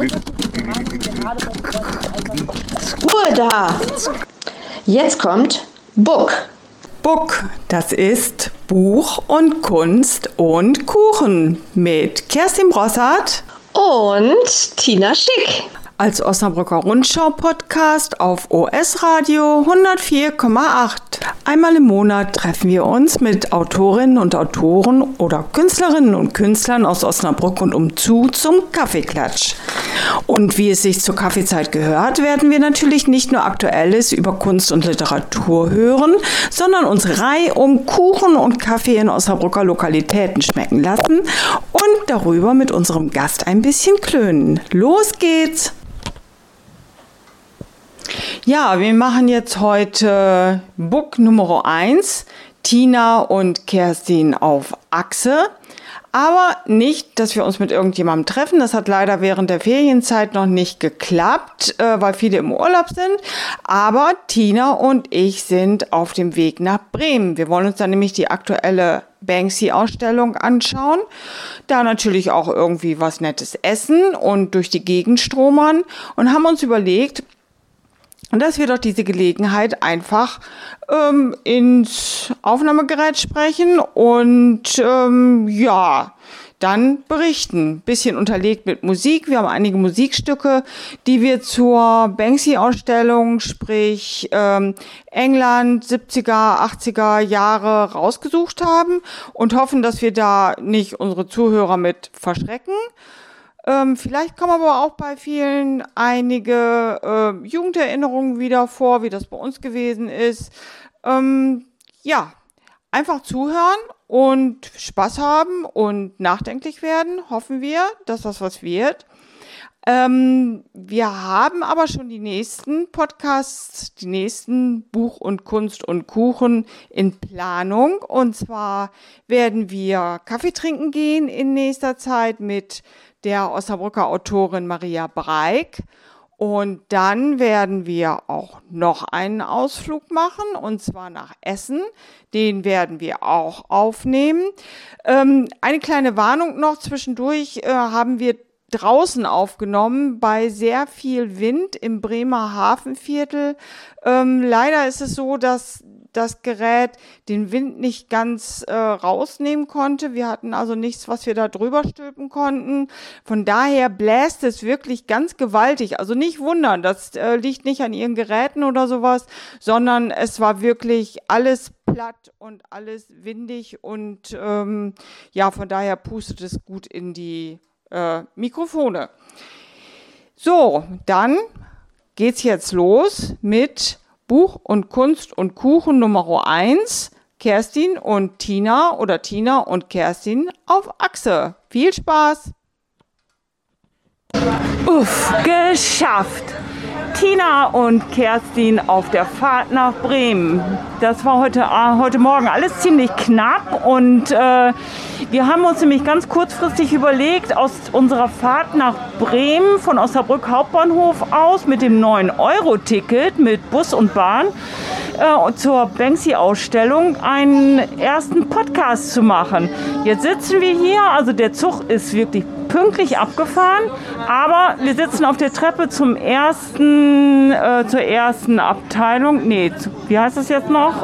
Ruhe da! Jetzt kommt Book. Book, das ist Buch und Kunst und Kuchen mit Kerstin Brossart und Tina Schick. Als Osnabrücker Rundschau-Podcast auf OS Radio 104,8. Einmal im Monat treffen wir uns mit Autorinnen und Autoren oder Künstlerinnen und Künstlern aus Osnabrück und umzu zum Kaffeeklatsch. Und wie es sich zur Kaffeezeit gehört, werden wir natürlich nicht nur Aktuelles über Kunst und Literatur hören, sondern uns reihum Kuchen und Kaffee in Osnabrücker Lokalitäten schmecken lassen und darüber mit unserem Gast ein bisschen klönen. Los geht's! Ja, wir machen jetzt heute Book Nummer 1, Tina und Kerstin auf Achse. Aber nicht, dass wir uns mit irgendjemandem treffen. Das hat leider während der Ferienzeit noch nicht geklappt, weil viele im Urlaub sind. Aber Tina und ich sind auf dem Weg nach Bremen. Wir wollen uns dann nämlich die aktuelle Banksy-Ausstellung anschauen. Da natürlich auch irgendwie was Nettes essen und durch die Gegend stromern. Und haben uns überlegt, dass wir doch diese Gelegenheit einfach ins Aufnahmegerät sprechen und dann berichten. Bisschen unterlegt mit Musik. Wir haben einige Musikstücke, die wir zur Banksy-Ausstellung, sprich England, 70er, 80er Jahre rausgesucht haben und hoffen, dass wir da nicht unsere Zuhörer mit verschrecken. Vielleicht kommen aber auch bei vielen einige Jugenderinnerungen wieder vor, wie das bei uns gewesen ist. Einfach zuhören und Spaß haben und nachdenklich werden, hoffen wir, dass das was wird. Wir haben aber schon die nächsten Podcasts, die nächsten Buch und Kunst und Kuchen in Planung. Und zwar werden wir Kaffee trinken gehen in nächster Zeit mit der Osnabrücker Autorin Maria Breik. Und dann werden wir auch noch einen Ausflug machen, und zwar nach Essen. Den werden wir auch aufnehmen. Eine kleine Warnung noch zwischendurch haben wir draußen aufgenommen bei sehr viel Wind im Bremer Hafenviertel. Leider ist es so, dass das Gerät den Wind nicht ganz rausnehmen konnte. Wir hatten also nichts, was wir da drüber stülpen konnten. Von daher bläst es wirklich ganz gewaltig. Also nicht wundern, das liegt nicht an Ihren Geräten oder sowas, sondern es war wirklich alles platt und alles windig und von daher pustet es gut in die Mikrofone. So, dann geht's jetzt los mit Buch und Kunst und Kuchen Nummer 1, Kerstin und Tina oder Tina und Kerstin auf Achse. Viel Spaß! Geschafft! Tina und Kerstin auf der Fahrt nach Bremen. Das war heute Morgen alles ziemlich knapp und wir haben uns nämlich ganz kurzfristig überlegt, aus unserer Fahrt nach Bremen von Osnabrück Hauptbahnhof aus mit dem 9-Euro-Ticket mit Bus und Bahn zur Banksy-Ausstellung einen ersten Podcast zu machen. Jetzt sitzen wir hier, also der Zug ist wirklich pünktlich abgefahren, aber wir sitzen auf der Treppe zur ersten Abteilung. Nee, wie heißt das jetzt noch?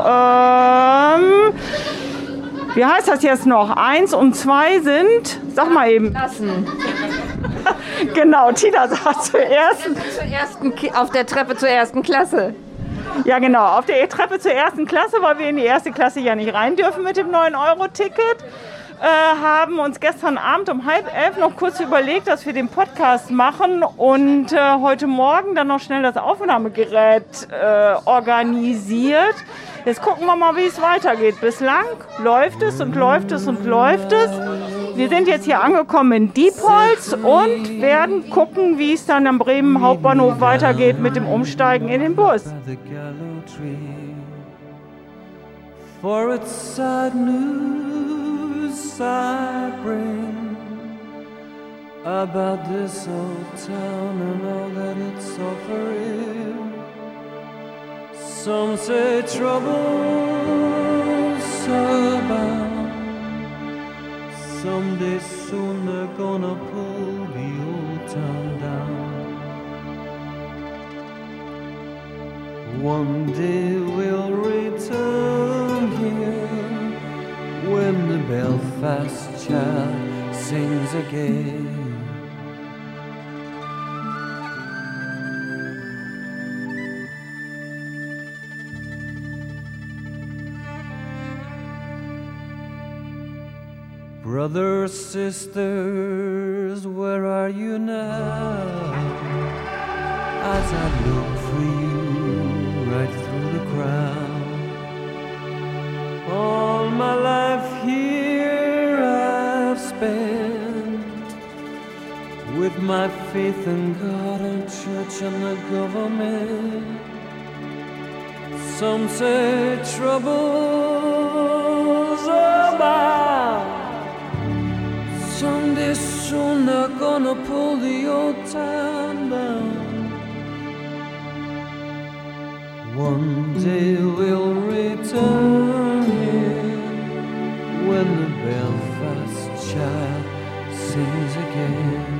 Wie heißt das jetzt noch? 1 und 2 sind, sag mal eben. Klassen. Genau, Tina sagt zuerst. Auf der Treppe zur ersten Klasse. Ja, genau, auf der Treppe zur ersten Klasse, weil wir in die erste Klasse ja nicht rein dürfen mit dem 9-Euro-Ticket. Haben uns gestern Abend um 10:30 noch kurz überlegt, dass wir den Podcast machen und heute Morgen dann noch schnell das Aufnahmegerät organisiert. Jetzt gucken wir mal, wie es weitergeht. Bislang läuft es und läuft es und läuft es. Wir sind jetzt hier angekommen in Diepholz und werden gucken, wie es dann am Bremen Hauptbahnhof weitergeht mit dem Umsteigen in den Bus. For it's sad news I bring about this old town and all that it's offering. Some say trouble's abound. Someday soon they're gonna pull the old town down. One day we'll return here when the Belfast child sings again. Brothers, sisters, where are you now? As I look for you right through the crowd. All my life here I've spent with my faith in God and church and the government. Some say troubles abound. Someday soon they're gonna pull the old town down. One day we'll return here when the Belfast child sings again.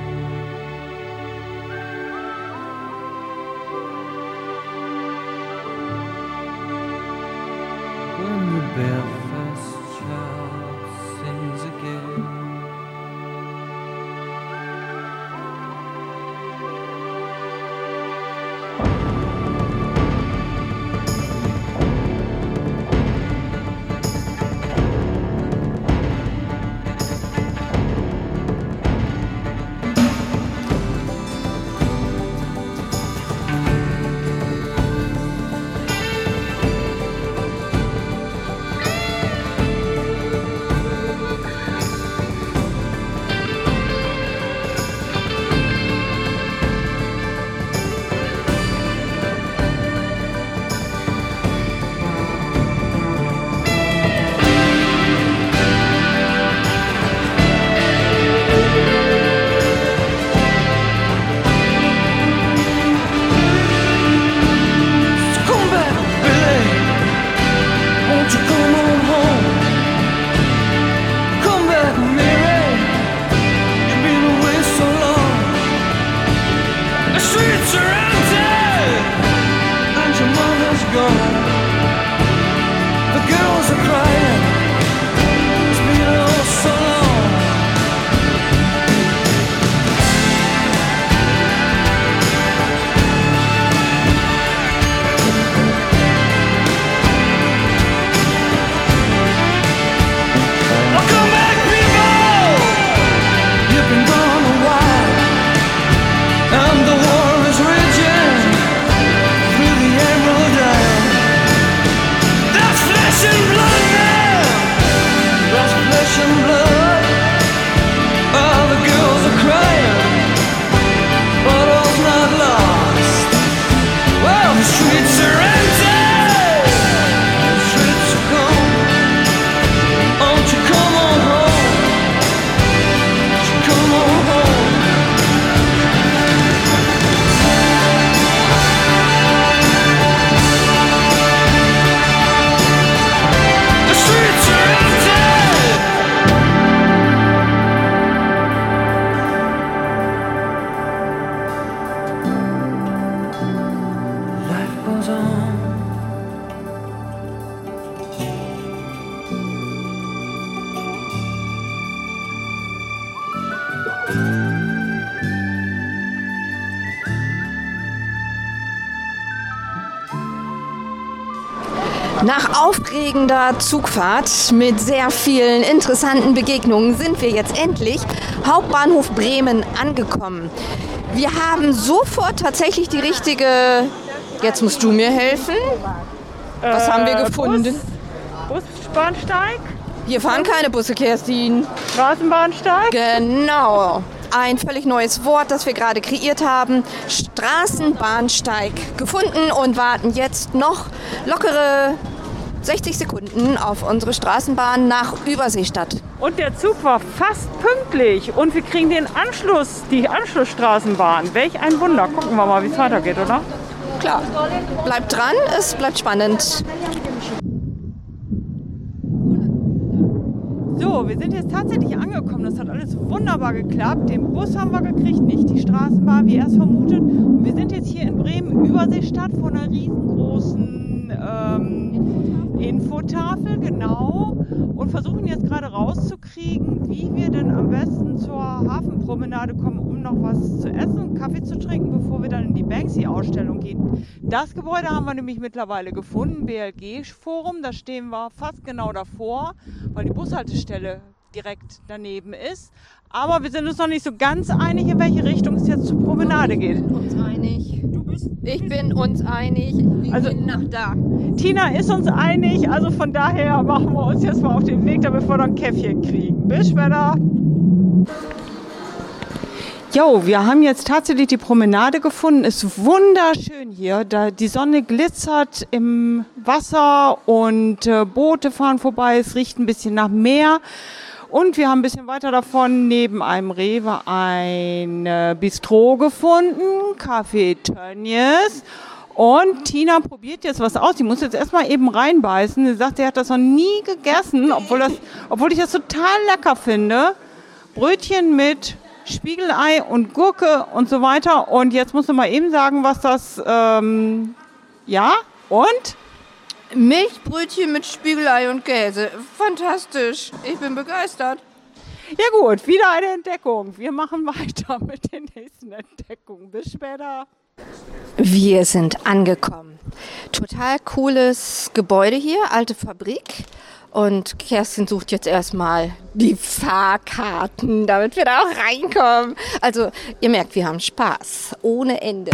When the Belfast child sings again. Nach aufregender Zugfahrt mit sehr vielen interessanten Begegnungen sind wir jetzt endlich Hauptbahnhof Bremen angekommen. Wir haben sofort tatsächlich die richtige... Jetzt musst du mir helfen. Was haben wir gefunden? Busbahnsteig? Hier fahren keine Busse, Kerstin. Straßenbahnsteig? Genau. Ein völlig neues Wort, das wir gerade kreiert haben. Straßenbahnsteig gefunden und warten jetzt noch lockere 60 Sekunden auf unsere Straßenbahn nach Überseestadt. Und der Zug war fast pünktlich und wir kriegen den Anschluss, die Anschlussstraßenbahn. Welch ein Wunder. Gucken wir mal, wie es weitergeht, oder? Klar. Bleibt dran, es bleibt spannend. So, So, wir sind jetzt tatsächlich angekommen. Das hat alles wunderbar geklappt. Den Bus haben wir gekriegt, nicht die Straßenbahn, wie erst vermutet. Und wir sind jetzt hier in Bremen, Überseestadt, vor einer riesengroßen Infotafel, genau. Und versuchen jetzt gerade rauszukriegen, wie wir denn am besten zur Hafenpromenade kommen, um noch was zu essen und Kaffee zu trinken, bevor wir dann in die Banksy-Ausstellung gehen. Das Gebäude haben wir nämlich mittlerweile gefunden, BLG-Forum. Da stehen wir fast genau davor, weil die Bushaltestelle direkt daneben ist. Aber wir sind uns noch nicht so ganz einig, in welche Richtung es jetzt zur Promenade geht. Ich bin uns einig. Wir gehen nach da. Tina ist uns einig, also von daher machen wir uns jetzt mal auf den Weg, damit wir dann ein Käffchen kriegen. Bis später. Jo, wir haben jetzt tatsächlich die Promenade gefunden. Ist wunderschön hier. Die Sonne glitzert im Wasser und Boote fahren vorbei. Es riecht ein bisschen nach Meer. Und wir haben ein bisschen weiter davon neben einem Rewe ein Bistro gefunden, Café Tönnies. Und Tina probiert jetzt was aus. Die muss jetzt erstmal eben reinbeißen. Sie sagt, sie hat das noch nie gegessen, obwohl ich das total lecker finde. Brötchen mit Spiegelei und Gurke und so weiter. Und jetzt musst du mal eben sagen, was das, ja, und? Milchbrötchen mit Spiegelei und Käse. Fantastisch. Ich bin begeistert. Ja gut, wieder eine Entdeckung. Wir machen weiter mit den nächsten Entdeckungen. Bis später. Wir sind angekommen. Total cooles Gebäude hier, alte Fabrik. Und Kerstin sucht jetzt erstmal die Fahrkarten, damit wir da auch reinkommen. Also ihr merkt, wir haben Spaß ohne Ende.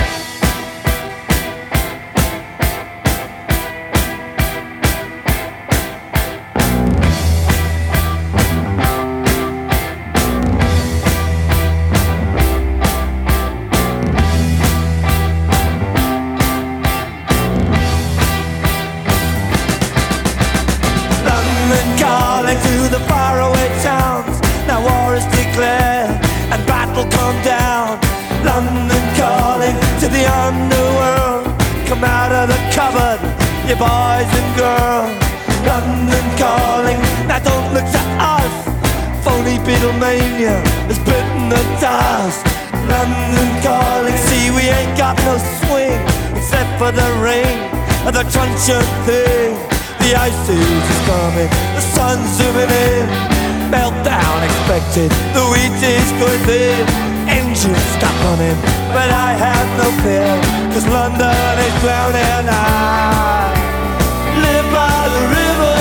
To the faraway towns, now war is declared and battle come down. London calling to the underworld, come out of the cupboard, you boys and girls. London calling, now don't look to us, phony Beatlemania has bitten the dust. London calling, see we ain't got no swing except for the ring and the truncheon thing. The ice age is coming, the sun's zooming in. Meltdown expected, the wheat is going thin. Engines stop running, but I have no fear, cause London is drowning. I live by the river,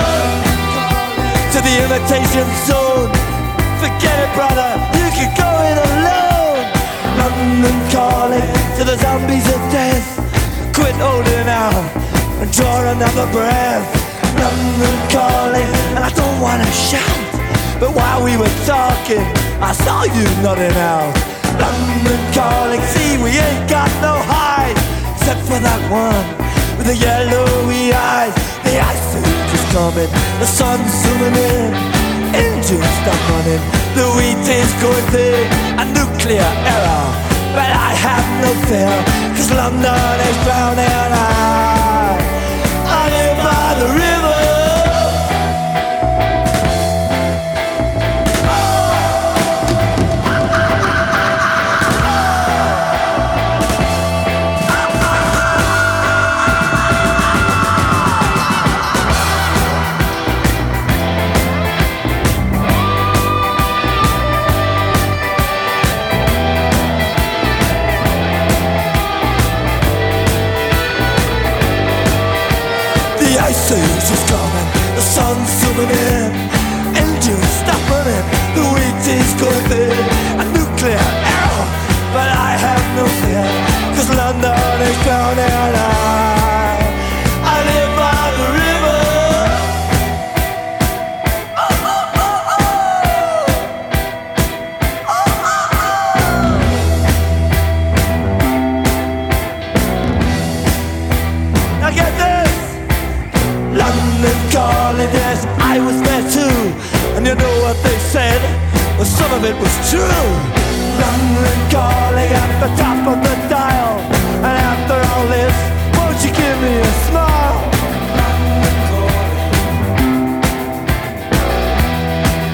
to the imitation zone. Forget it, brother, you can go it alone. London calling to the zombies of death. Quit holding out and draw another breath. London calling, and I don't wanna shout, but while we were talking, I saw you nodding out. London calling, see we ain't got no hide, except for that one with the yellowy eyes. The ice age is coming, the sun's zooming in. Engines stop running, the wheat is going thin. A nuclear error, but I have no fear, cause London is drowning. I live by the river. The ice is coming, the sun's zooming in. Engines stop running, the wheat is going thin. A nuclear error, but I have no fear, cause London is drowning. I live by the river. Oh, oh, oh, oh. Oh, oh, oh. Now get this. London calling, yes, I was there too. And you know what they said? Well, some of it was true. London calling at the top of the dial. And after all this, won't you give me a smile? London calling.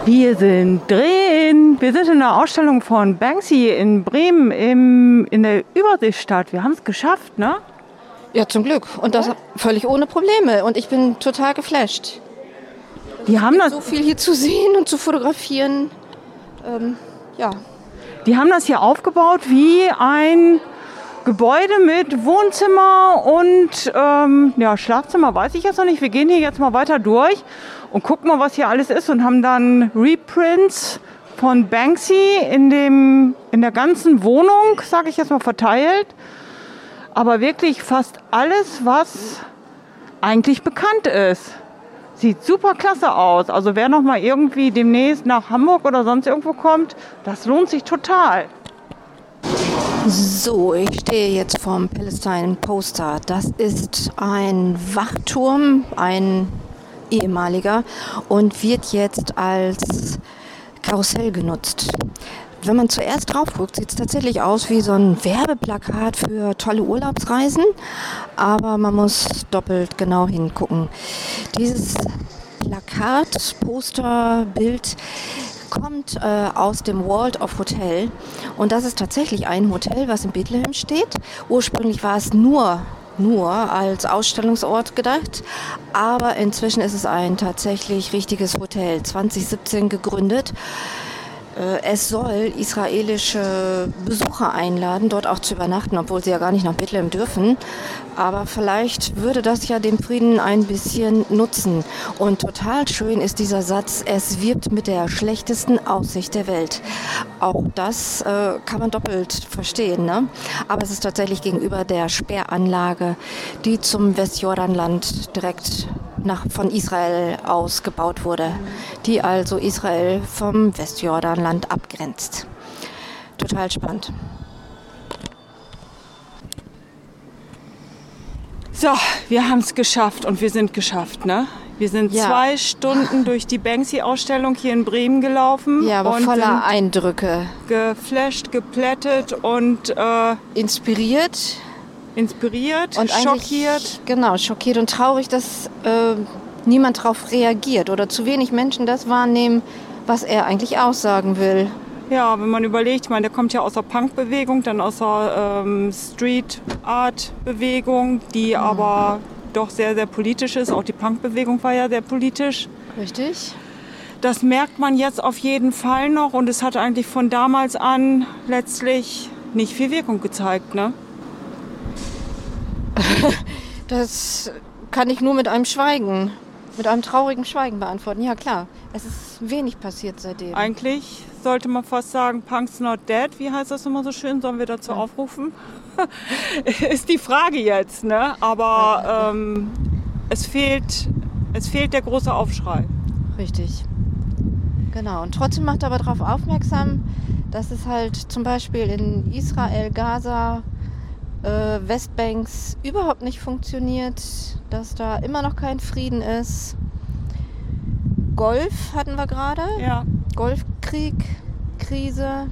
Wir sind drin. Wir sind in der Ausstellung von Banksy in Bremen in der Überseestadt. Wir haben es geschafft, ne? Ja, zum Glück. Und das völlig ohne Probleme. Und ich bin total geflasht. Die haben das So viel hier zu sehen und zu fotografieren. Ja. Die haben das hier aufgebaut wie ein Gebäude mit Wohnzimmer und Schlafzimmer, weiß ich jetzt noch nicht. Wir gehen hier jetzt mal weiter durch und gucken mal, was hier alles ist und haben dann Reprints von Banksy in der ganzen Wohnung, sage ich jetzt mal, verteilt. Aber wirklich fast alles, was eigentlich bekannt ist. Sieht super klasse aus. Also wer noch mal irgendwie demnächst nach Hamburg oder sonst irgendwo kommt, das lohnt sich total. So, ich stehe jetzt vorm Palestine Poster. Das ist ein Wachturm, ein ehemaliger, und wird jetzt als Karussell genutzt. Wenn man zuerst drauf guckt, sieht es tatsächlich aus wie so ein Werbeplakat für tolle Urlaubsreisen, aber man muss doppelt genau hingucken. Dieses Plakat, Poster, Bild kommt aus dem World of Hotel, und das ist tatsächlich ein Hotel, was in Bethlehem steht. Ursprünglich war es nur als Ausstellungsort gedacht, aber inzwischen ist es ein tatsächlich richtiges Hotel, 2017 gegründet. Es soll israelische Besucher einladen, dort auch zu übernachten, obwohl sie ja gar nicht nach Bethlehem dürfen. Aber vielleicht würde das ja dem Frieden ein bisschen nutzen. Und total schön ist dieser Satz: Es wirbt mit der schlechtesten Aussicht der Welt. Auch das kann man doppelt verstehen, ne? Aber es ist tatsächlich gegenüber der Sperranlage, die zum Westjordanland direkt von Israel aus gebaut wurde, die also Israel vom Westjordanland abgrenzt. Total spannend. So, wir haben es geschafft und wir sind geschafft, ne? Wir sind 2 Stunden durch die Banksy-Ausstellung hier in Bremen gelaufen. Ja, aber und voller Eindrücke. Geflasht, geplättet und inspiriert und schockiert. Genau, schockiert und traurig, dass niemand darauf reagiert oder zu wenig Menschen das wahrnehmen, was er eigentlich aussagen will. Ja, wenn man überlegt, ich meine, der kommt ja aus der Punk-Bewegung, dann aus der Street-Art-Bewegung, die aber doch sehr, sehr politisch ist. Auch die Punk-Bewegung war ja sehr politisch. Richtig. Das merkt man jetzt auf jeden Fall noch, und es hat eigentlich von damals an letztlich nicht viel Wirkung gezeigt, ne? Das kann ich nur mit einem traurigen Schweigen beantworten. Ja, klar, es ist wenig passiert seitdem. Eigentlich sollte man fast sagen, Punk's not dead. Wie heißt das immer so schön? Sollen wir dazu aufrufen? Ist die Frage jetzt, ne? Aber es fehlt der große Aufschrei. Richtig. Genau. Und trotzdem macht er aber darauf aufmerksam, dass es halt zum Beispiel in Israel, Gaza, Westbanks überhaupt nicht funktioniert, dass da immer noch kein Frieden ist. Golf hatten wir gerade. Ja. Golfkrieg, Krise.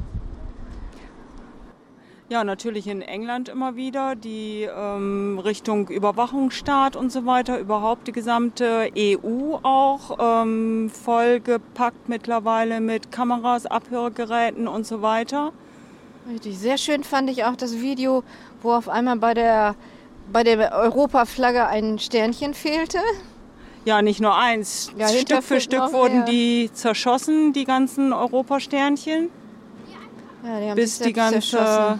Ja, natürlich in England immer wieder die Richtung Überwachungsstaat und so weiter. Überhaupt die gesamte EU auch vollgepackt mittlerweile mit Kameras, Abhörgeräten und so weiter. Richtig. Sehr schön fand ich auch das Video, wo auf einmal bei der Europaflagge ein Sternchen fehlte. Ja, nicht nur eins. Ja, Stück für Stück wurden die zerschossen, die ganzen Europasternchen. Ja, die haben bis sich die ganze, zerschossen.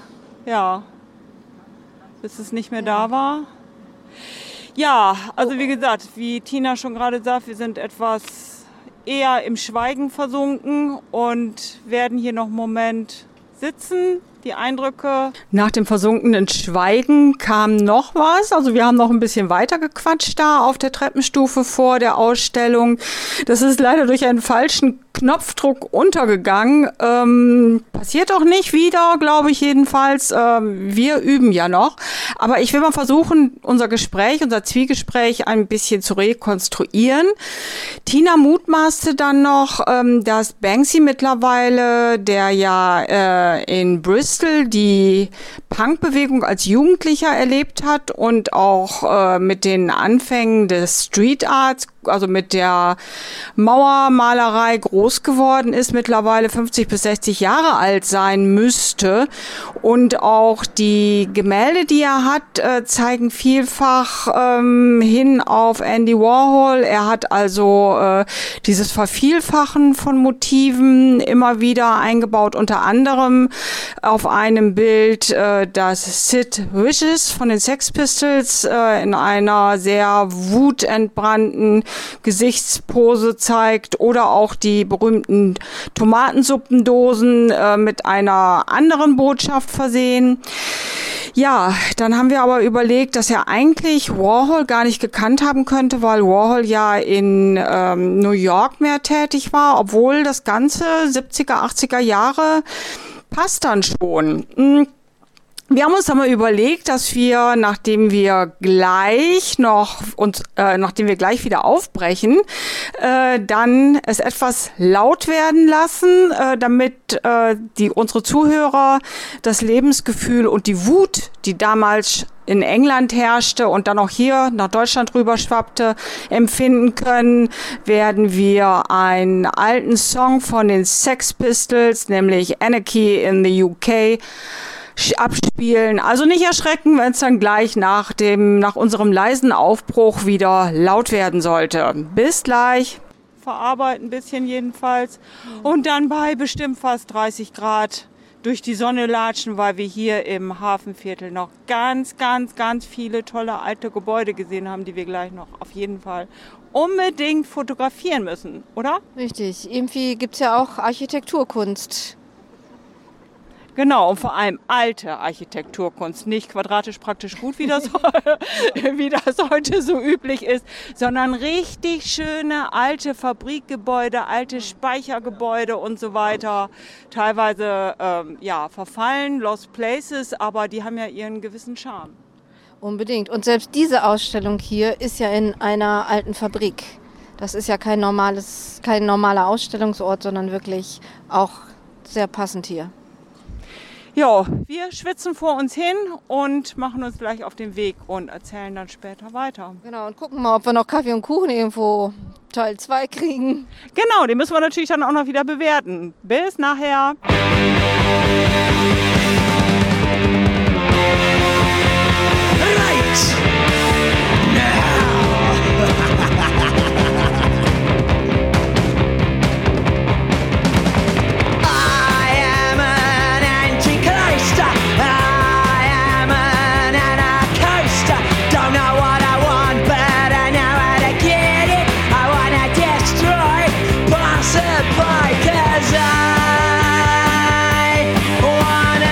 bis es nicht mehr da war. Ja, also wie gesagt, wie Tina schon gerade sagt, wir sind etwas eher im Schweigen versunken und werden hier noch einen Moment sitzen. Die Eindrücke. Nach dem versunkenen Schweigen kam noch was. Also wir haben noch ein bisschen weiter gequatscht da auf der Treppenstufe vor der Ausstellung. Das ist leider durch einen falschen Knopfdruck untergegangen. Passiert auch nicht wieder, glaube ich jedenfalls. Wir üben ja noch. Aber ich will mal versuchen, unser Zwiegespräch ein bisschen zu rekonstruieren. Tina mutmaßte dann noch, dass Banksy mittlerweile, der ja in Bristol die Punkbewegung als Jugendlicher erlebt hat und auch mit den Anfängen des Street Arts, also mit der Mauermalerei, groß geworden ist, mittlerweile 50 bis 60 Jahre alt sein müsste. Und auch die Gemälde, die er hat, zeigen vielfach hin auf Andy Warhol. Er hat also dieses Vervielfachen von Motiven immer wieder eingebaut, unter anderem auf einem Bild, das Sid Vicious von den Sex Pistols in einer sehr wutentbrannten Gesichtspose zeigt, oder auch die berühmten Tomatensuppendosen mit einer anderen Botschaft versehen. Ja, dann haben wir aber überlegt, dass er eigentlich Warhol gar nicht gekannt haben könnte, weil Warhol ja in New York mehr tätig war, obwohl das ganze 70er, 80er Jahre passt dann schon. Wir haben uns dann mal überlegt, dass wir, nachdem wir gleich wieder aufbrechen, dann es etwas laut werden lassen, damit unsere Zuhörer das Lebensgefühl und die Wut, die damals in England herrschte und dann auch hier nach Deutschland rüber schwappte, empfinden können, werden wir einen alten Song von den Sex Pistols, nämlich Anarchy in the UK, abspielen. Also nicht erschrecken, wenn es dann gleich nach unserem leisen Aufbruch wieder laut werden sollte. Bis gleich. Verarbeiten ein bisschen jedenfalls. Und dann bei bestimmt fast 30 Grad durch die Sonne latschen, weil wir hier im Hafenviertel noch ganz, ganz, ganz viele tolle alte Gebäude gesehen haben, die wir gleich noch auf jeden Fall unbedingt fotografieren müssen, oder? Richtig. Irgendwie gibt es ja auch Architekturkunst. Genau, und vor allem alte Architekturkunst, nicht quadratisch praktisch gut, wie das heute so üblich ist, sondern richtig schöne alte Fabrikgebäude, alte Speichergebäude und so weiter. Teilweise verfallen, lost places, aber die haben ja ihren gewissen Charme. Unbedingt. Und selbst diese Ausstellung hier ist ja in einer alten Fabrik. Das ist ja kein normaler Ausstellungsort, sondern wirklich auch sehr passend hier. Ja, wir schwitzen vor uns hin und machen uns gleich auf den Weg und erzählen dann später weiter. Genau, und gucken mal, ob wir noch Kaffee und Kuchen irgendwo Teil 2 kriegen. Genau, den müssen wir natürlich dann auch noch wieder bewerten. Bis nachher. Cause I wanna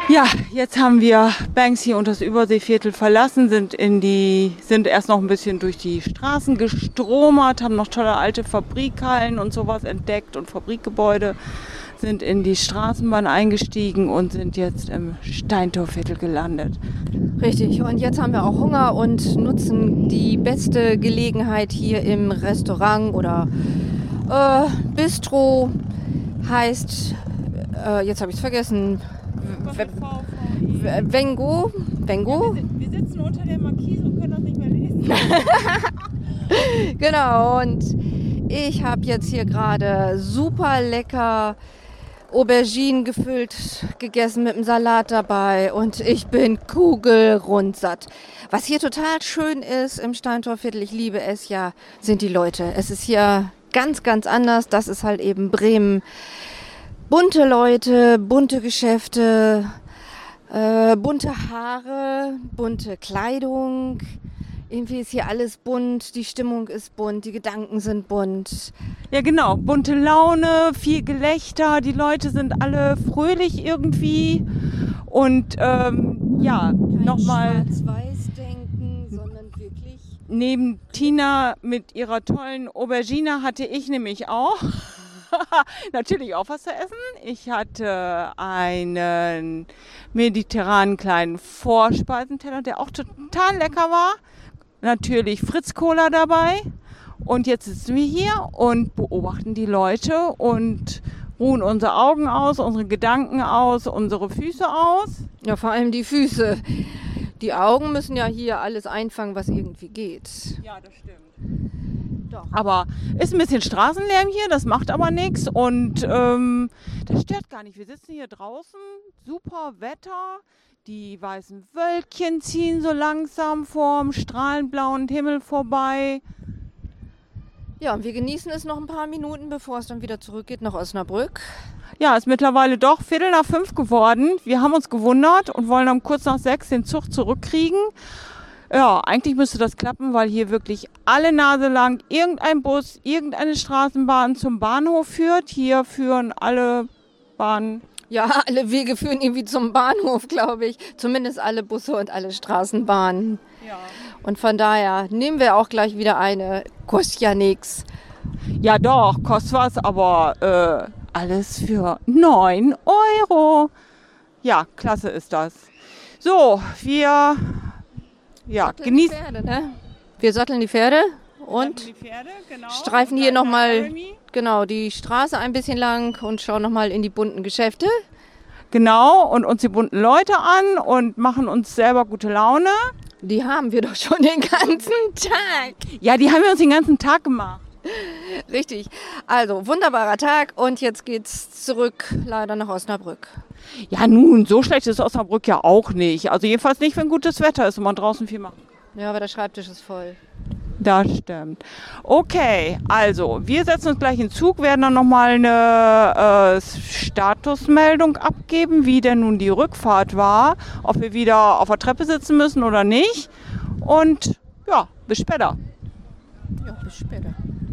Ja, jetzt haben wir Banksy und das Überseeviertel verlassen, sind erst noch ein bisschen durch die Straßen gestromert, haben noch tolle alte Fabrikhallen und sowas entdeckt und Fabrikgebäude, sind in die Straßenbahn eingestiegen und sind jetzt im Steintorviertel gelandet. Richtig, und jetzt haben wir auch Hunger und nutzen die beste Gelegenheit hier im Restaurant oder Bistro, heißt, jetzt habe ich es vergessen, Vengo? Wir sitzen unter der Markise und können das nicht mehr lesen. Genau, und ich habe jetzt hier gerade super lecker Auberginen gefüllt gegessen mit einem Salat dabei und ich bin kugelrund satt. Was hier total schön ist im Steintorviertel, ich liebe es ja, sind die Leute. Es ist hier ganz, ganz anders. Das ist halt eben Bremen. Bunte Leute, bunte Geschäfte, bunte Haare, bunte Kleidung. Irgendwie ist hier alles bunt, die Stimmung ist bunt, die Gedanken sind bunt. Ja genau, bunte Laune, viel Gelächter, die Leute sind alle fröhlich irgendwie und ja, nochmal Schwarz-Weiß denken, sondern wirklich... Neben Tina mit ihrer tollen Aubergine hatte ich nämlich auch natürlich auch was zu essen. Ich hatte einen mediterranen kleinen Vorspeisenteller, der auch total lecker war. Natürlich Fritz-Cola dabei. Und jetzt sitzen wir hier und beobachten die Leute und ruhen unsere Augen aus, unsere Gedanken aus, unsere Füße aus. Ja, vor allem die Füße. Die Augen müssen ja hier alles einfangen, was irgendwie geht. Ja, das stimmt. Doch. Aber ist ein bisschen Straßenlärm hier, das macht aber nichts und das stört gar nicht. Wir sitzen hier draußen, super Wetter, die weißen Wölkchen ziehen so langsam vorm strahlend blauen Himmel vorbei. Ja, und wir genießen es noch ein paar Minuten, bevor es dann wieder zurückgeht nach Osnabrück. Ja, ist mittlerweile doch 4:45 geworden. Wir haben uns gewundert und wollen dann kurz nach 6 den Zug zurückkriegen. Ja, eigentlich müsste das klappen, weil hier wirklich alle Nase lang irgendein Bus, irgendeine Straßenbahn zum Bahnhof führt. Hier führen alle Bahnen. Ja, alle Wege führen irgendwie zum Bahnhof, glaube ich. Zumindest alle Busse und alle Straßenbahnen. Ja. Und von daher nehmen wir auch gleich wieder eine. Kostet ja nix. Ja doch, kostet was, aber alles für 9 €. Ja, klasse ist das. So, wir genießen. Pferde, ne? Wir satteln die Pferde und die Pferde, genau. streifen hier nochmal die Straße ein bisschen lang und schauen nochmal in die bunten Geschäfte. Genau, und uns die bunten Leute an und machen uns selber gute Laune. Die haben wir doch schon den ganzen Tag. Ja, die haben wir uns den ganzen Tag gemacht. Richtig. Also, wunderbarer Tag und jetzt geht's zurück leider nach Osnabrück. Ja, nun, so schlecht ist Osnabrück ja auch nicht. Also jedenfalls nicht, wenn gutes Wetter ist und man draußen viel macht. Ja, aber der Schreibtisch ist voll. Das stimmt. Okay, also wir setzen uns gleich in den Zug, werden dann nochmal eine Statusmeldung abgeben, wie denn nun die Rückfahrt war, ob wir wieder auf der Treppe sitzen müssen oder nicht. Und ja, bis später. Ja, bis später.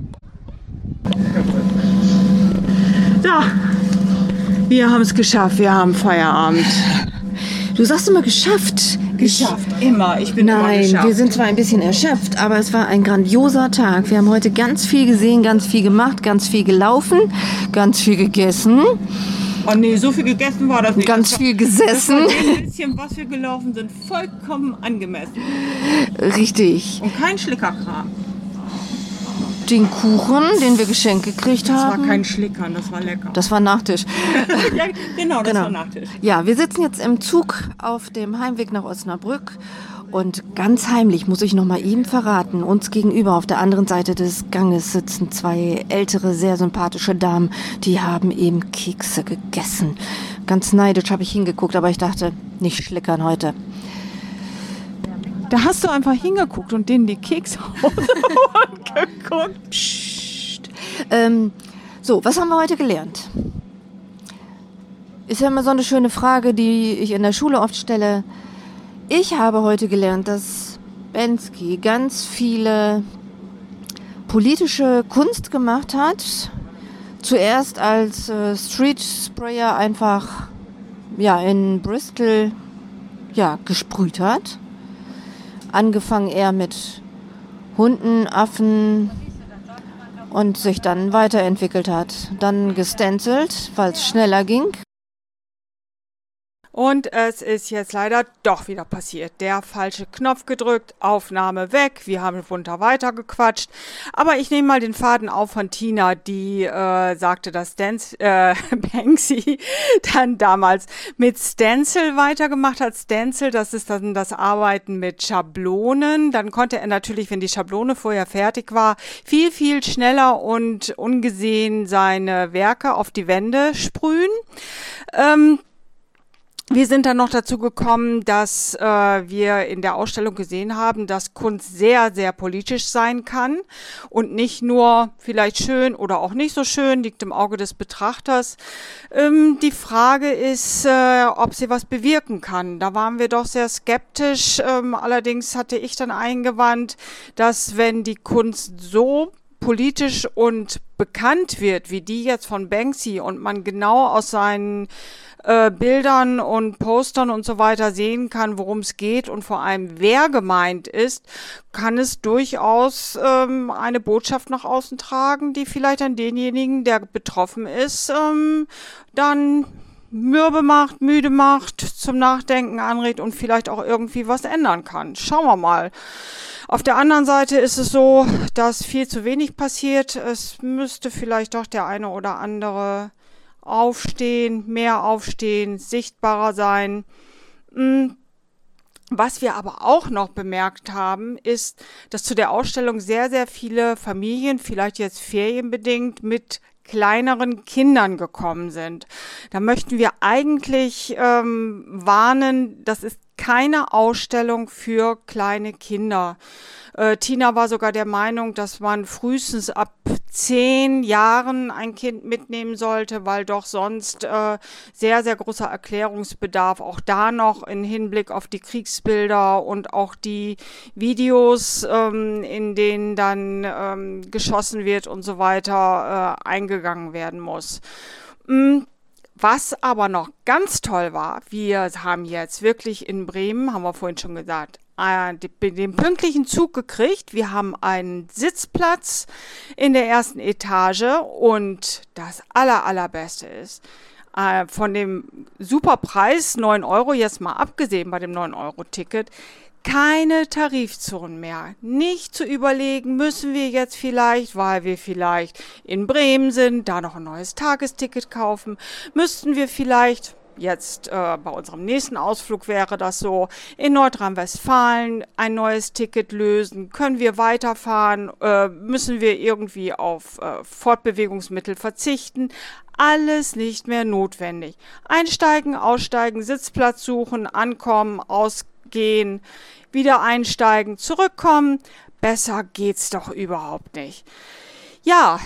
So, wir haben es geschafft, wir haben Feierabend. Du sagst immer geschafft. Geschafft, immer. Ich bin immer Nein, geschafft. wir sind zwar ein bisschen erschöpft, aber es war ein grandioser Tag. Wir haben heute ganz viel gesehen, ganz viel gemacht, ganz viel gelaufen, ganz viel gegessen, Oh nee, so viel gegessen war das nicht. ganz Das viel war gesessen. ein bisschen, was wir gelaufen sind, vollkommen angemessen. Richtig. Und kein Schlickerkram. Den Kuchen, den wir geschenkt gekriegt Das war haben. kein Schlickern, das war lecker. Das war Nachtisch. Ja, genau, das Genau. war Nachtisch. Ja, wir sitzen jetzt im Zug auf dem Heimweg nach Osnabrück und ganz heimlich, muss ich noch mal eben verraten, uns gegenüber auf der anderen Seite des Ganges sitzen zwei ältere, sehr sympathische Damen, die haben eben Kekse gegessen. Ganz neidisch habe ich hingeguckt, aber ich dachte, nicht schlickern heute. Da hast du einfach hingeguckt und denen die Kekse geguckt. Psst. So, was haben wir heute gelernt? Ist ja immer so eine schöne Frage, die ich in der Schule oft stelle. Ich habe heute gelernt, dass Banksy ganz viele politische Kunst gemacht hat. Zuerst als Street Sprayer einfach in Bristol gesprüht hat. Angefangen eher mit Hunden, Affen und sich dann weiterentwickelt hat. Dann gestencelt, weil es schneller ging. Und es ist jetzt leider doch wieder passiert. Der falsche Knopf gedrückt, Aufnahme weg, wir haben munter weitergequatscht. Aber ich nehme mal den Faden auf von Tina, die sagte, dass Banksy dann damals mit Stencil weitergemacht hat. Stencil, das ist dann das Arbeiten mit Schablonen. Dann konnte er natürlich, wenn die Schablone vorher fertig war, viel, viel schneller und ungesehen seine Werke auf die Wände sprühen. Wir sind dann noch dazu gekommen, dass wir in der Ausstellung gesehen haben, dass Kunst sehr, sehr politisch sein kann und nicht nur vielleicht schön oder auch nicht so schön, liegt im Auge des Betrachters. Die Frage ist, ob sie was bewirken kann. Da waren wir doch sehr skeptisch. Allerdings hatte ich dann eingewandt, dass wenn die Kunst so politisch und bekannt wird, wie die jetzt von Banksy, und man genau aus seinen Bildern und Postern und so weiter sehen kann, worum es geht und vor allem wer gemeint ist, kann es durchaus eine Botschaft nach außen tragen, die vielleicht an denjenigen, der betroffen ist, dann mürbe macht, müde macht, zum Nachdenken anregt und vielleicht auch irgendwie was ändern kann. Schauen wir mal. Auf der anderen Seite ist es so, dass viel zu wenig passiert. Es müsste vielleicht doch der eine oder andere aufstehen, mehr aufstehen, sichtbarer sein. Was wir aber auch noch bemerkt haben, ist, dass zu der Ausstellung sehr, sehr viele Familien, vielleicht jetzt ferienbedingt, mit kleineren Kindern gekommen sind. Da möchten wir eigentlich warnen, das ist keine Ausstellung für kleine Kinder. Tina war sogar der Meinung, dass man frühestens ab 10 Jahren ein Kind mitnehmen sollte, weil doch sonst sehr, sehr großer Erklärungsbedarf auch da noch im Hinblick auf die Kriegsbilder und auch die Videos, in denen dann geschossen wird und so weiter, eingegangen werden muss. Was aber noch ganz toll war, wir haben jetzt wirklich in Bremen, haben wir vorhin schon gesagt, den pünktlichen Zug gekriegt. Wir haben einen Sitzplatz in der ersten Etage und das allerbeste ist, von dem Superpreis 9 €, jetzt mal abgesehen bei dem 9-Euro-Ticket, keine Tarifzonen mehr. Nicht zu überlegen, müssen wir jetzt vielleicht, weil wir vielleicht in Bremen sind, da noch ein neues Tagesticket kaufen, müssten wir vielleicht, jetzt bei unserem nächsten Ausflug wäre das so, in Nordrhein-Westfalen ein neues Ticket lösen, können wir weiterfahren, müssen wir irgendwie auf Fortbewegungsmittel verzichten, alles nicht mehr notwendig. Einsteigen, aussteigen, Sitzplatz suchen, ankommen, ausgehen, wieder einsteigen, zurückkommen, besser geht's doch überhaupt nicht. Ja,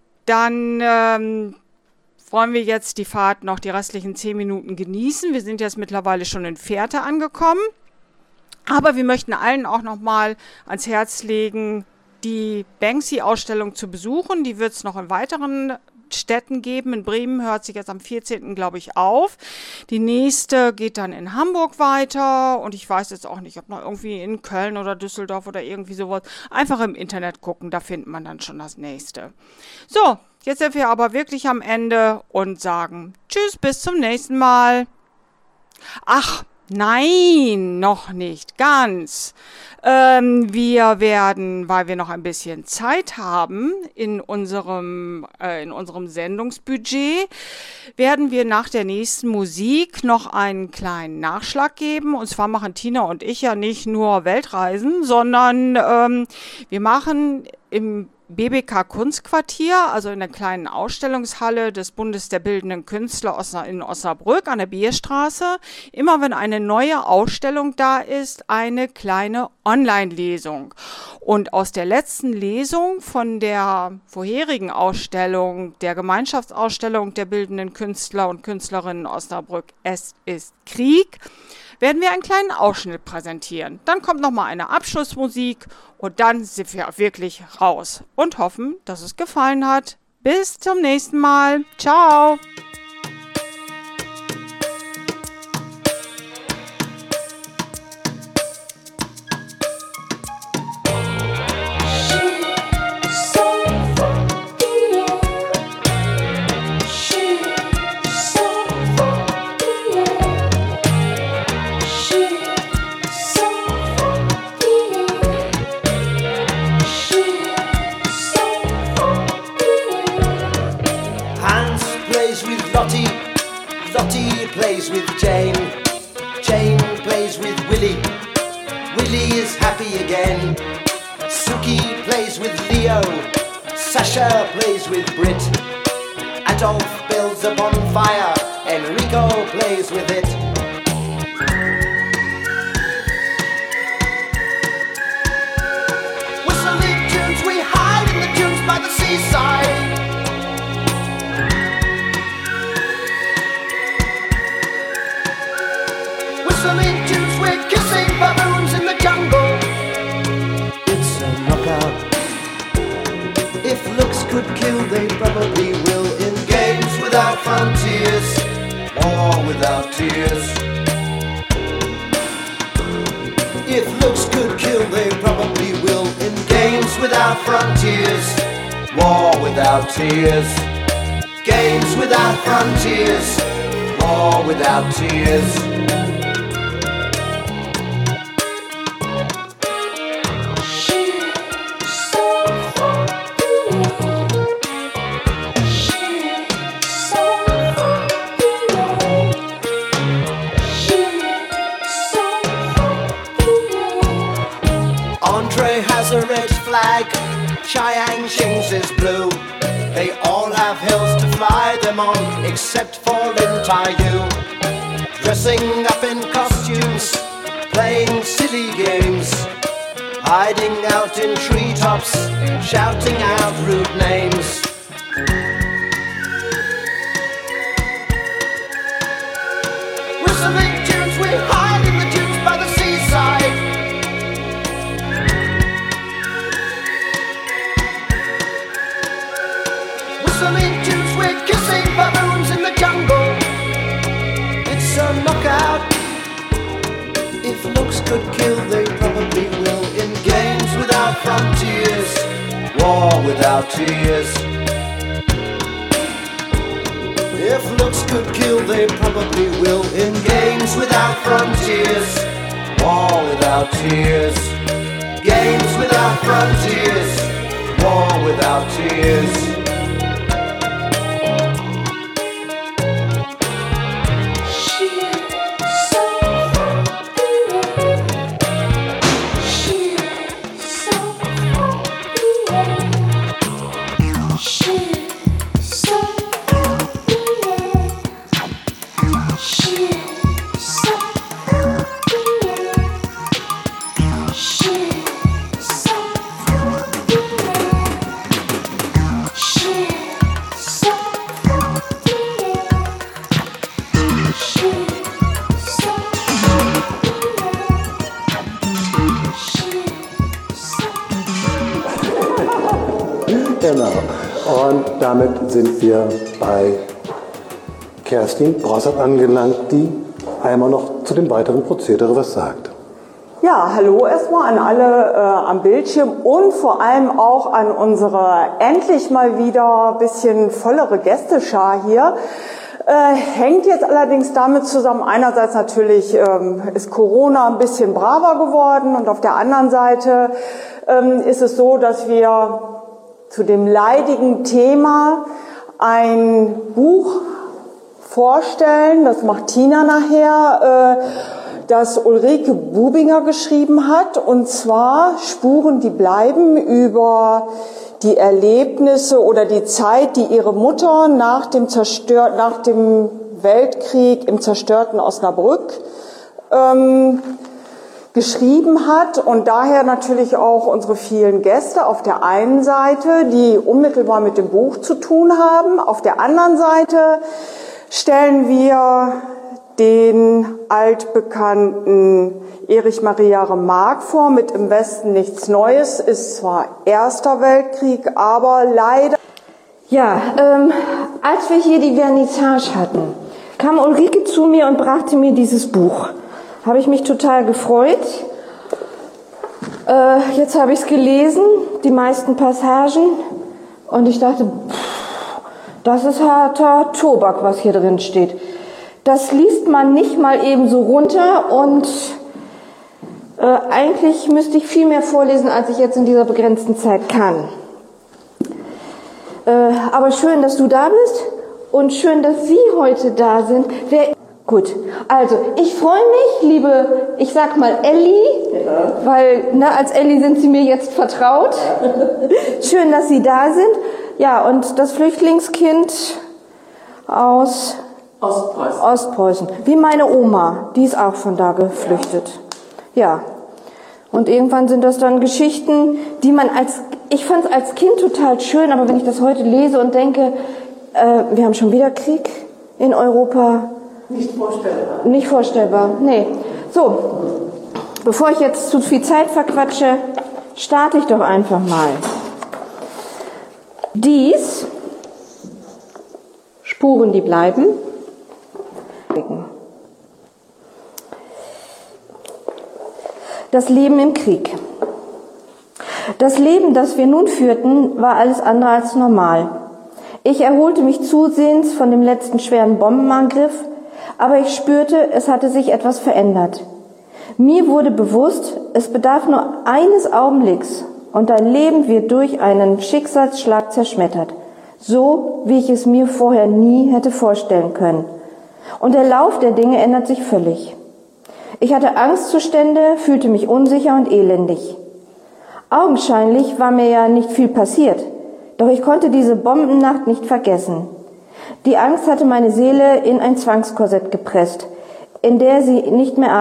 dann wollen wir jetzt die Fahrt noch die restlichen 10 Minuten genießen. Wir sind jetzt mittlerweile schon in Fährte angekommen. Aber wir möchten allen auch nochmal ans Herz legen, die Banksy-Ausstellung zu besuchen. Die wird es noch in weiteren Städten geben. In Bremen hört sich jetzt am 14. glaube ich auf. Die nächste geht dann in Hamburg weiter und ich weiß jetzt auch nicht, ob noch irgendwie in Köln oder Düsseldorf oder irgendwie sowas. Einfach im Internet gucken, da findet man dann schon das nächste. So, jetzt sind wir aber wirklich am Ende und sagen Tschüss, bis zum nächsten Mal. Ach, nein, noch nicht ganz. Wir werden, weil wir noch ein bisschen Zeit haben in unserem Sendungsbudget, werden wir nach der nächsten Musik noch einen kleinen Nachschlag geben. Und zwar machen Tina und ich ja nicht nur Weltreisen, sondern wir machen im BBK Kunstquartier, also in der kleinen Ausstellungshalle des Bundes der Bildenden Künstler in Osnabrück an der Bierstraße, immer wenn eine neue Ausstellung da ist, eine kleine Online-Lesung. Und aus der letzten Lesung von der vorherigen Ausstellung, der Gemeinschaftsausstellung der Bildenden Künstler und Künstlerinnen in Osnabrück, Es ist Krieg, werden wir einen kleinen Ausschnitt präsentieren. Dann kommt nochmal eine Abschlussmusik und dann sind wir wirklich raus und hoffen, dass es gefallen hat. Bis zum nächsten Mal. Ciao! plays with Lottie, Lottie plays with Jane, Jane plays with Willie, Willie is happy again. Suki plays with Leo, Sasha plays with Brit, Adolf builds a bonfire, Enrico plays with it. Whistling tunes, we hide in the dunes by the seaside. Whistling tunes, we're kissing baboons in the jungle. It's a knockout. If looks could kill, they probably will. In games without frontiers, war without tears. If looks could kill, they probably will. In games without frontiers, war without tears. Games without frontiers, war without tears. A red flag, Chiang Shing's is blue. They all have hills to fly them on, except for Lin Tai-yu. Dressing up in costumes, playing silly games, hiding out in treetops, shouting out rude names. Whistling tunes, we hide in the dunes by the seaside. Whistling tunes, we're kissing baboons in the jungle. It's a knockout. If looks could kill, they probably will. In games without frontiers, war without tears. If looks could kill, they probably will. In games without frontiers, war without tears. Games without frontiers, war without tears. Genau. Und damit sind wir bei Kerstin Brossart angelangt, die einmal noch zu dem weiteren Prozedere was sagt. Ja, hallo erstmal an alle am Bildschirm und vor allem auch an unsere endlich mal wieder ein bisschen vollere Gästeschar hier. Hängt jetzt allerdings damit zusammen, einerseits natürlich ist Corona ein bisschen braver geworden und auf der anderen Seite ist es so, dass wir zu dem leidigen Thema ein Buch vorstellen, das macht Tina nachher, das Ulrike Bubinger geschrieben hat, und zwar Spuren, die bleiben, über die Erlebnisse oder die Zeit, die ihre Mutter nach dem Weltkrieg im zerstörten Osnabrück geschrieben hat, und daher natürlich auch unsere vielen Gäste auf der einen Seite, die unmittelbar mit dem Buch zu tun haben. Auf der anderen Seite stellen wir den altbekannten Erich Maria Remarque vor mit Im Westen nichts Neues. Ist zwar Erster Weltkrieg, aber leider... Ja, als wir hier die Vernissage hatten, kam Ulrike zu mir und brachte mir dieses Buch. Habe ich mich total gefreut. Jetzt habe ich es gelesen, die meisten Passagen, und ich dachte, das ist harter Tobak, was hier drin steht. Das liest man nicht mal eben so runter, und eigentlich müsste ich viel mehr vorlesen, als ich jetzt in dieser begrenzten Zeit kann. Aber schön, dass du da bist, und schön, dass Sie heute da sind. Gut, also ich freue mich, liebe, ich sag mal Elli, weil als Elli sind Sie mir jetzt vertraut. Schön, dass Sie da sind. Ja, und das Flüchtlingskind aus Ostpreußen. Wie meine Oma, die ist auch von da geflüchtet. Ja, und irgendwann sind das dann Geschichten, die man ich fand es als Kind total schön, aber wenn ich das heute lese und denke, wir haben schon wieder Krieg in Europa. Nicht vorstellbar. Nicht vorstellbar, nee. So, bevor ich jetzt zu viel Zeit verquatsche, starte ich doch einfach mal. Dies, Spuren, die bleiben. Das Leben im Krieg. Das Leben, das wir nun führten, war alles andere als normal. Ich erholte mich zusehends von dem letzten schweren Bombenangriff, aber ich spürte, es hatte sich etwas verändert. Mir wurde bewusst, es bedarf nur eines Augenblicks und dein Leben wird durch einen Schicksalsschlag zerschmettert, so wie ich es mir vorher nie hätte vorstellen können. Und der Lauf der Dinge ändert sich völlig. Ich hatte Angstzustände, fühlte mich unsicher und elendig. Augenscheinlich war mir ja nicht viel passiert, doch ich konnte diese Bombennacht nicht vergessen. Die Angst hatte meine Seele in ein Zwangskorsett gepresst, in der sie nicht mehr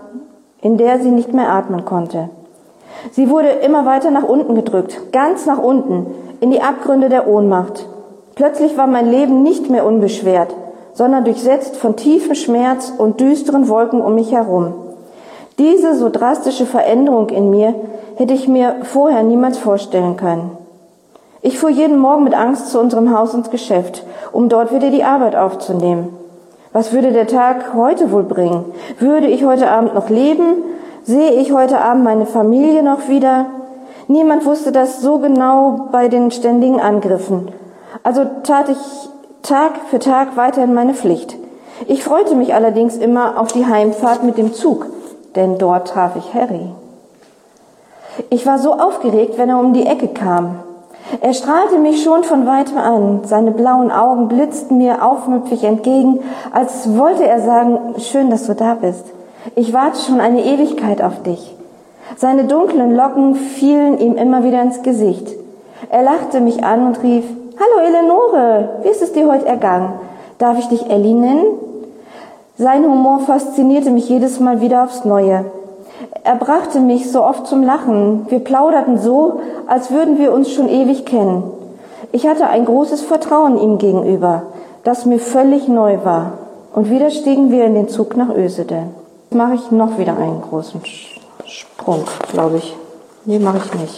atmen konnte. Sie wurde immer weiter nach unten gedrückt, ganz nach unten, in die Abgründe der Ohnmacht. Plötzlich war mein Leben nicht mehr unbeschwert, sondern durchsetzt von tiefem Schmerz und düsteren Wolken um mich herum. Diese so drastische Veränderung in mir hätte ich mir vorher niemals vorstellen können. Ich fuhr jeden Morgen mit Angst zu unserem Haus ins Geschäft, um dort wieder die Arbeit aufzunehmen. Was würde der Tag heute wohl bringen? Würde ich heute Abend noch leben? Sehe ich heute Abend meine Familie noch wieder? Niemand wusste das so genau bei den ständigen Angriffen. Also tat ich Tag für Tag weiterhin meine Pflicht. Ich freute mich allerdings immer auf die Heimfahrt mit dem Zug, denn dort traf ich Harry. Ich war so aufgeregt, wenn er um die Ecke kam. Er strahlte mich schon von weitem an. Seine blauen Augen blitzten mir aufmüpfig entgegen, als wollte er sagen, schön, dass du da bist. Ich warte schon eine Ewigkeit auf dich. Seine dunklen Locken fielen ihm immer wieder ins Gesicht. Er lachte mich an und rief, »Hallo Eleonore, wie ist es dir heute ergangen? Darf ich dich Elli nennen?« Sein Humor faszinierte mich jedes Mal wieder aufs Neue. Er brachte mich so oft zum Lachen. Wir plauderten so, als würden wir uns schon ewig kennen. Ich hatte ein großes Vertrauen ihm gegenüber, das mir völlig neu war. Und wieder stiegen wir in den Zug nach Ösede. Jetzt mache ich noch wieder einen großen Sprung, glaube ich. Nee, mache ich nicht.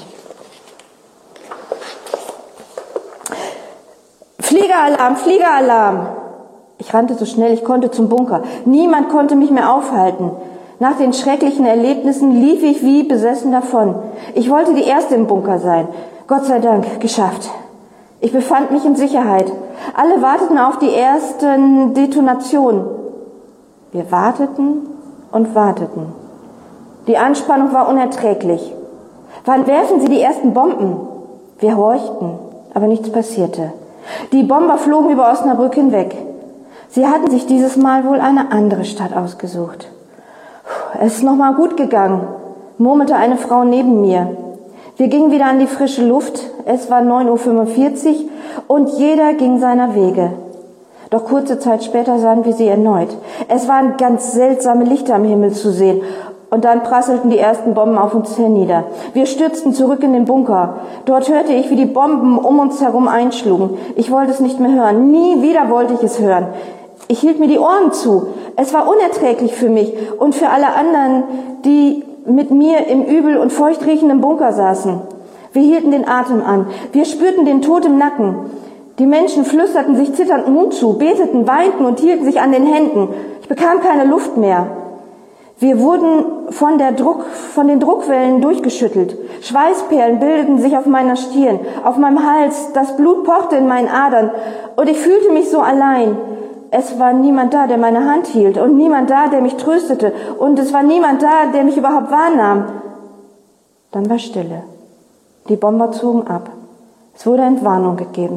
Fliegeralarm, Fliegeralarm! Ich rannte so schnell ich konnte zum Bunker. Niemand konnte mich mehr aufhalten. Nach den schrecklichen Erlebnissen lief ich wie besessen davon. Ich wollte die Erste im Bunker sein. Gott sei Dank, geschafft. Ich befand mich in Sicherheit. Alle warteten auf die ersten Detonationen. Wir warteten und warteten. Die Anspannung war unerträglich. Wann werfen Sie die ersten Bomben? Wir horchten, aber nichts passierte. Die Bomber flogen über Osnabrück hinweg. Sie hatten sich dieses Mal wohl eine andere Stadt ausgesucht. Es ist nochmal gut gegangen, murmelte eine Frau neben mir. Wir gingen wieder an die frische Luft. Es war 9:45 Uhr und jeder ging seiner Wege. Doch kurze Zeit später sahen wir sie erneut. Es waren ganz seltsame Lichter am Himmel zu sehen. Und dann prasselten die ersten Bomben auf uns hernieder. Wir stürzten zurück in den Bunker. Dort hörte ich, wie die Bomben um uns herum einschlugen. Ich wollte es nicht mehr hören. Nie wieder wollte ich es hören. Ich hielt mir die Ohren zu. Es war unerträglich für mich und für alle anderen, die mit mir im übel und feucht riechenden Bunker saßen. Wir hielten den Atem an. Wir spürten den Tod im Nacken. Die Menschen flüsterten sich zitternd Mut zu, beteten, weinten und hielten sich an den Händen. Ich bekam keine Luft mehr. Wir wurden von den Druckwellen durchgeschüttelt. Schweißperlen bildeten sich auf meiner Stirn, auf meinem Hals. Das Blut pochte in meinen Adern und ich fühlte mich so allein. Es war niemand da, der meine Hand hielt und niemand da, der mich tröstete und es war niemand da, der mich überhaupt wahrnahm. Dann war Stille. Die Bomber zogen ab. Es wurde Entwarnung gegeben.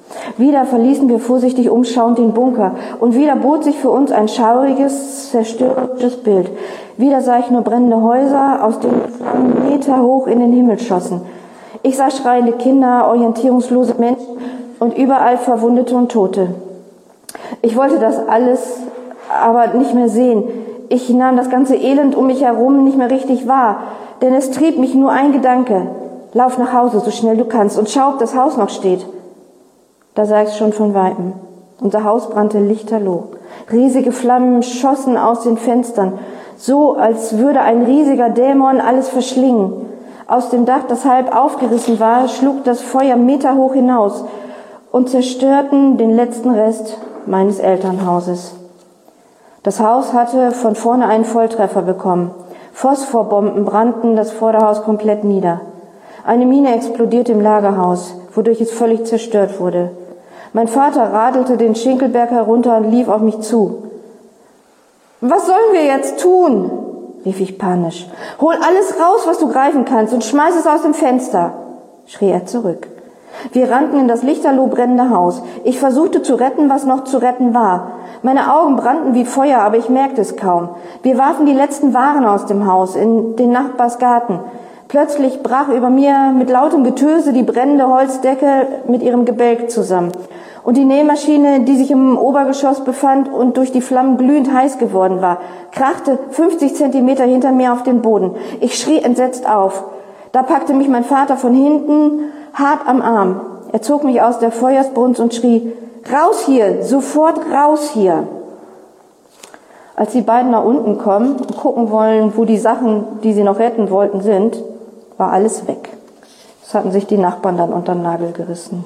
Wieder verließen wir vorsichtig umschauend den Bunker und wieder bot sich für uns ein schauriges, zerstörerisches Bild. Wieder sah ich nur brennende Häuser, aus denen Flammen Meter hoch in den Himmel schossen. Ich sah schreiende Kinder, orientierungslose Menschen und überall Verwundete und Tote. Ich wollte das alles aber nicht mehr sehen. Ich nahm das ganze Elend um mich herum nicht mehr richtig wahr, denn es trieb mich nur ein Gedanke. Lauf nach Hause, so schnell du kannst, und schau, ob das Haus noch steht. Da sah ich's schon von Weitem. Unser Haus brannte lichterloh. Riesige Flammen schossen aus den Fenstern, so als würde ein riesiger Dämon alles verschlingen. Aus dem Dach, das halb aufgerissen war, schlug das Feuer meterhoch hinaus und zerstörten den letzten Rest meines Elternhauses. Das Haus hatte von vorne einen Volltreffer bekommen. Phosphorbomben brannten das Vorderhaus komplett nieder. Eine Mine explodierte im Lagerhaus, wodurch es völlig zerstört wurde. Mein Vater radelte den Schinkelberg herunter und lief auf mich zu. »Was sollen wir jetzt tun?« rief ich panisch. »Hol alles raus, was du greifen kannst, und schmeiß es aus dem Fenster«, schrie er zurück. Wir rannten in das lichterloh brennende Haus. Ich versuchte zu retten, was noch zu retten war. Meine Augen brannten wie Feuer, aber ich merkte es kaum. Wir warfen die letzten Waren aus dem Haus in den Nachbarsgarten. Plötzlich brach über mir mit lautem Getöse die brennende Holzdecke mit ihrem Gebälk zusammen. Und die Nähmaschine, die sich im Obergeschoss befand und durch die Flammen glühend heiß geworden war, krachte 50 Zentimeter hinter mir auf den Boden. Ich schrie entsetzt auf. Da packte mich mein Vater von hinten hart am Arm. Er zog mich aus der Feuersbrunst und schrie, »Raus hier, sofort raus hier!« Als die beiden nach unten kommen und gucken wollen, wo die Sachen, die sie noch retten wollten, sind, war alles weg. Das hatten sich die Nachbarn dann unter den Nagel gerissen.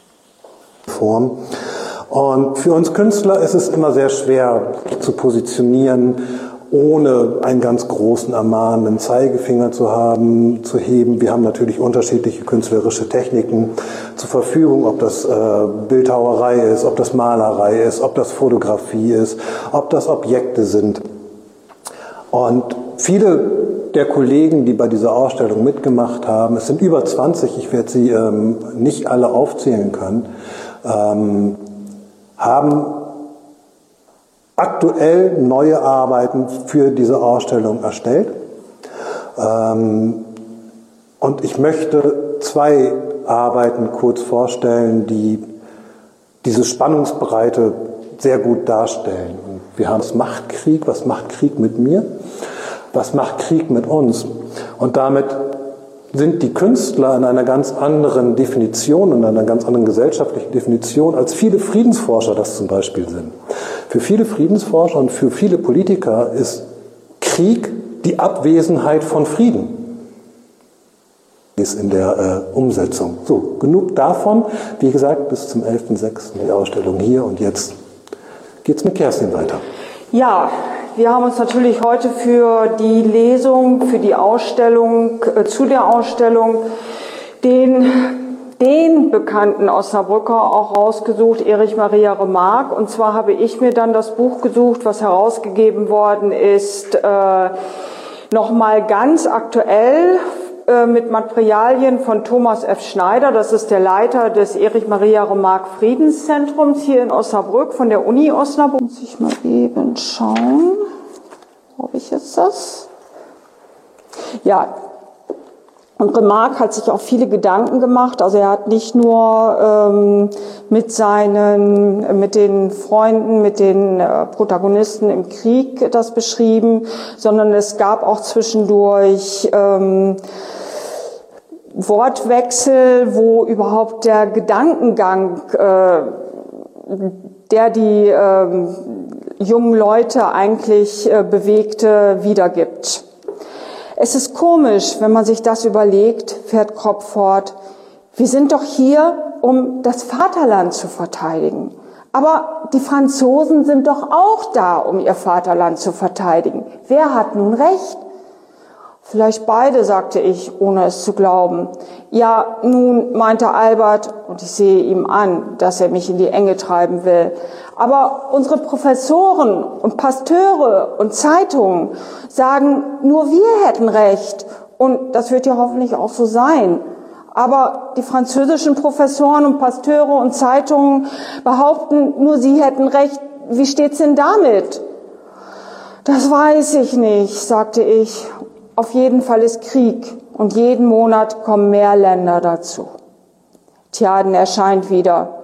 Und für uns Künstler ist es immer sehr schwer zu positionieren, ohne einen ganz großen ermahnenden Zeigefinger zu heben. Wir haben natürlich unterschiedliche künstlerische Techniken zur Verfügung, ob das Bildhauerei ist, ob das Malerei ist, ob das Fotografie ist, ob das Objekte sind. Und viele der Kollegen, die bei dieser Ausstellung mitgemacht haben, es sind über 20, ich werde sie nicht alle aufzählen können, haben aktuell neue Arbeiten für diese Ausstellung erstellt. Und ich möchte 2 Arbeiten kurz vorstellen, die diese Spannungsbreite sehr gut darstellen. Und wir haben das macht Krieg, was macht Krieg mit mir? Was macht Krieg mit uns? Und damit sind die Künstler in einer ganz anderen Definition, in einer ganz anderen gesellschaftlichen Definition, als viele Friedensforscher das zum Beispiel sind. Für viele Friedensforscher und für viele Politiker ist Krieg die Abwesenheit von Frieden. Ist in der Umsetzung. So, genug davon. Wie gesagt, bis zum 11.06. die Ausstellung hier, und jetzt geht's mit Kerstin weiter. Ja, wir haben uns natürlich heute für die Lesung, für die Ausstellung, zu der Ausstellung den bekannten Osnabrücker auch rausgesucht, Erich Maria Remarque. Und zwar habe ich mir dann das Buch gesucht, was herausgegeben worden ist, nochmal ganz aktuell mit Materialien von Thomas F. Schneider. Das ist der Leiter des Erich Maria Remarque Friedenszentrums hier in Osnabrück von der Uni Osnabrück. Muss ich mal eben schauen. Wo habe ich jetzt das? Ja. Und Remarque hat sich auch viele Gedanken gemacht. Also er hat nicht nur mit den Freunden, mit den Protagonisten im Krieg das beschrieben, sondern es gab auch zwischendurch Wortwechsel, wo überhaupt der Gedankengang, der die jungen Leute eigentlich bewegte, wiedergibt. Es ist komisch, wenn man sich das überlegt, fährt Kropp fort. Wir sind doch hier, um das Vaterland zu verteidigen. Aber die Franzosen sind doch auch da, um ihr Vaterland zu verteidigen. Wer hat nun recht? Vielleicht beide, sagte ich, ohne es zu glauben. Ja, nun, meinte Albert, und ich sehe ihm an, dass er mich in die Enge treiben will. Aber unsere Professoren und Pasteure und Zeitungen sagen, nur wir hätten recht. Und das wird ja hoffentlich auch so sein. Aber die französischen Professoren und Pasteure und Zeitungen behaupten, nur sie hätten recht. Wie steht's denn damit? Das weiß ich nicht, sagte ich. Auf jeden Fall ist Krieg und jeden Monat kommen mehr Länder dazu. Tjaden erscheint wieder.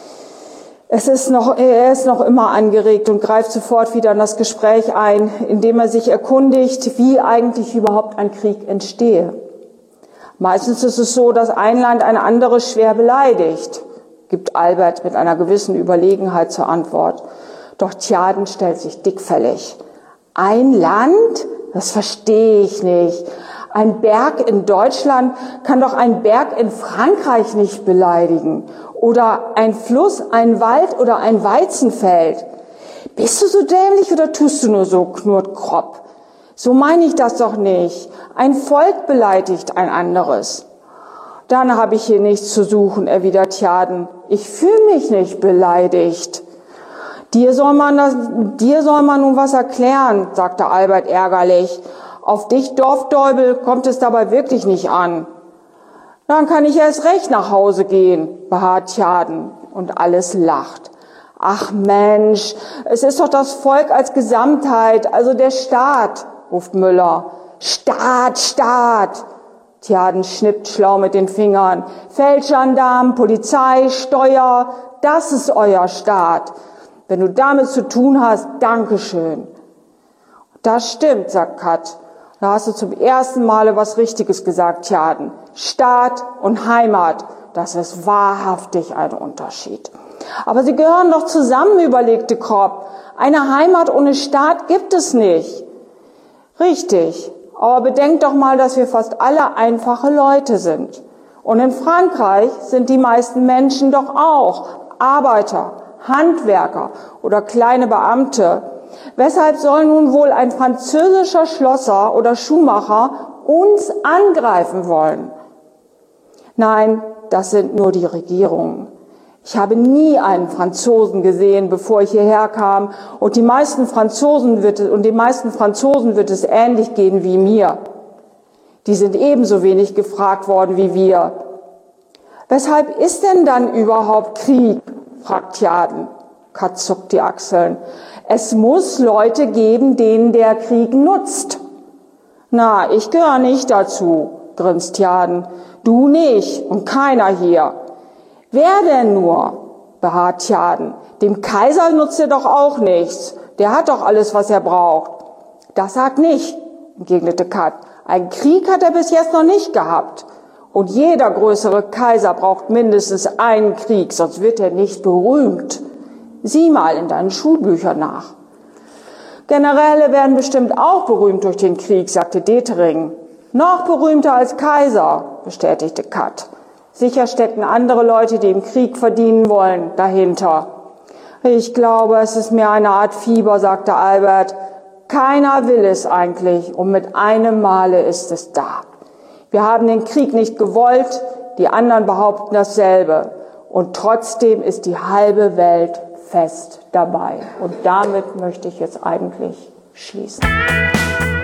Er ist noch immer angeregt und greift sofort wieder in das Gespräch ein, indem er sich erkundigt, wie eigentlich überhaupt ein Krieg entstehe. Meistens ist es so, dass ein Land ein anderes schwer beleidigt, gibt Albert mit einer gewissen Überlegenheit zur Antwort. Doch Tjaden stellt sich dickfällig. Ein Land? Das verstehe ich nicht. Ein Berg in Deutschland kann doch einen Berg in Frankreich nicht beleidigen. Oder ein Fluss, ein Wald oder ein Weizenfeld. Bist du so dämlich oder tust du nur so, knurrt Kropp? So meine ich das doch nicht. Ein Volk beleidigt ein anderes. Dann habe ich hier nichts zu suchen, erwidert Tjaden. Ich fühle mich nicht beleidigt. Dir soll man nun was erklären, sagte Albert ärgerlich. Auf dich, Dorfdäubel, kommt es dabei wirklich nicht an. Dann kann ich erst recht nach Hause gehen, beharrt Tjaden, und alles lacht. Ach Mensch, es ist doch das Volk als Gesamtheit, also der Staat, ruft Müller. Staat, Staat! Tjaden schnippt schlau mit den Fingern. Feldgendarm, Polizei, Steuer, das ist euer Staat. Wenn du damit zu tun hast, Dankeschön. Das stimmt, sagt Kat. Da hast du zum ersten Male was Richtiges gesagt, Tjaden. Staat und Heimat, das ist wahrhaftig ein Unterschied. Aber sie gehören doch zusammen, überlegte Kropp. Eine Heimat ohne Staat gibt es nicht. Richtig, aber bedenkt doch mal, dass wir fast alle einfache Leute sind. Und in Frankreich sind die meisten Menschen doch auch Arbeiter, Handwerker oder kleine Beamte. Weshalb soll nun wohl ein französischer Schlosser oder Schuhmacher uns angreifen wollen? Nein, das sind nur die Regierungen. Ich habe nie einen Franzosen gesehen, bevor ich hierher kam, und den meisten Franzosen wird es ähnlich gehen wie mir. Die sind ebenso wenig gefragt worden wie wir. Weshalb ist denn dann überhaupt Krieg? Fragt Tjaden. Kat zuckt die Achseln. Es muss Leute geben, denen der Krieg nutzt. Na, ich gehöre nicht dazu, grinst Tjaden. Du nicht und keiner hier. Wer denn nur? Beharrt Tjaden. Dem Kaiser nutzt er doch auch nichts. Der hat doch alles, was er braucht. Das sagt nicht, entgegnete Kat. Ein Krieg hat er bis jetzt noch nicht gehabt. Und jeder größere Kaiser braucht mindestens einen Krieg, sonst wird er nicht berühmt. Sieh mal in deinen Schulbüchern nach. Generäle werden bestimmt auch berühmt durch den Krieg, sagte Detering. Noch berühmter als Kaiser, bestätigte Kat. Sicher stecken andere Leute, die im Krieg verdienen wollen, dahinter. Ich glaube, es ist mehr eine Art Fieber, sagte Albert. Keiner will es eigentlich und mit einem Male ist es da. Wir haben den Krieg nicht gewollt, die anderen behaupten dasselbe. Und trotzdem ist die halbe Welt fest dabei. Und damit möchte ich jetzt eigentlich schließen.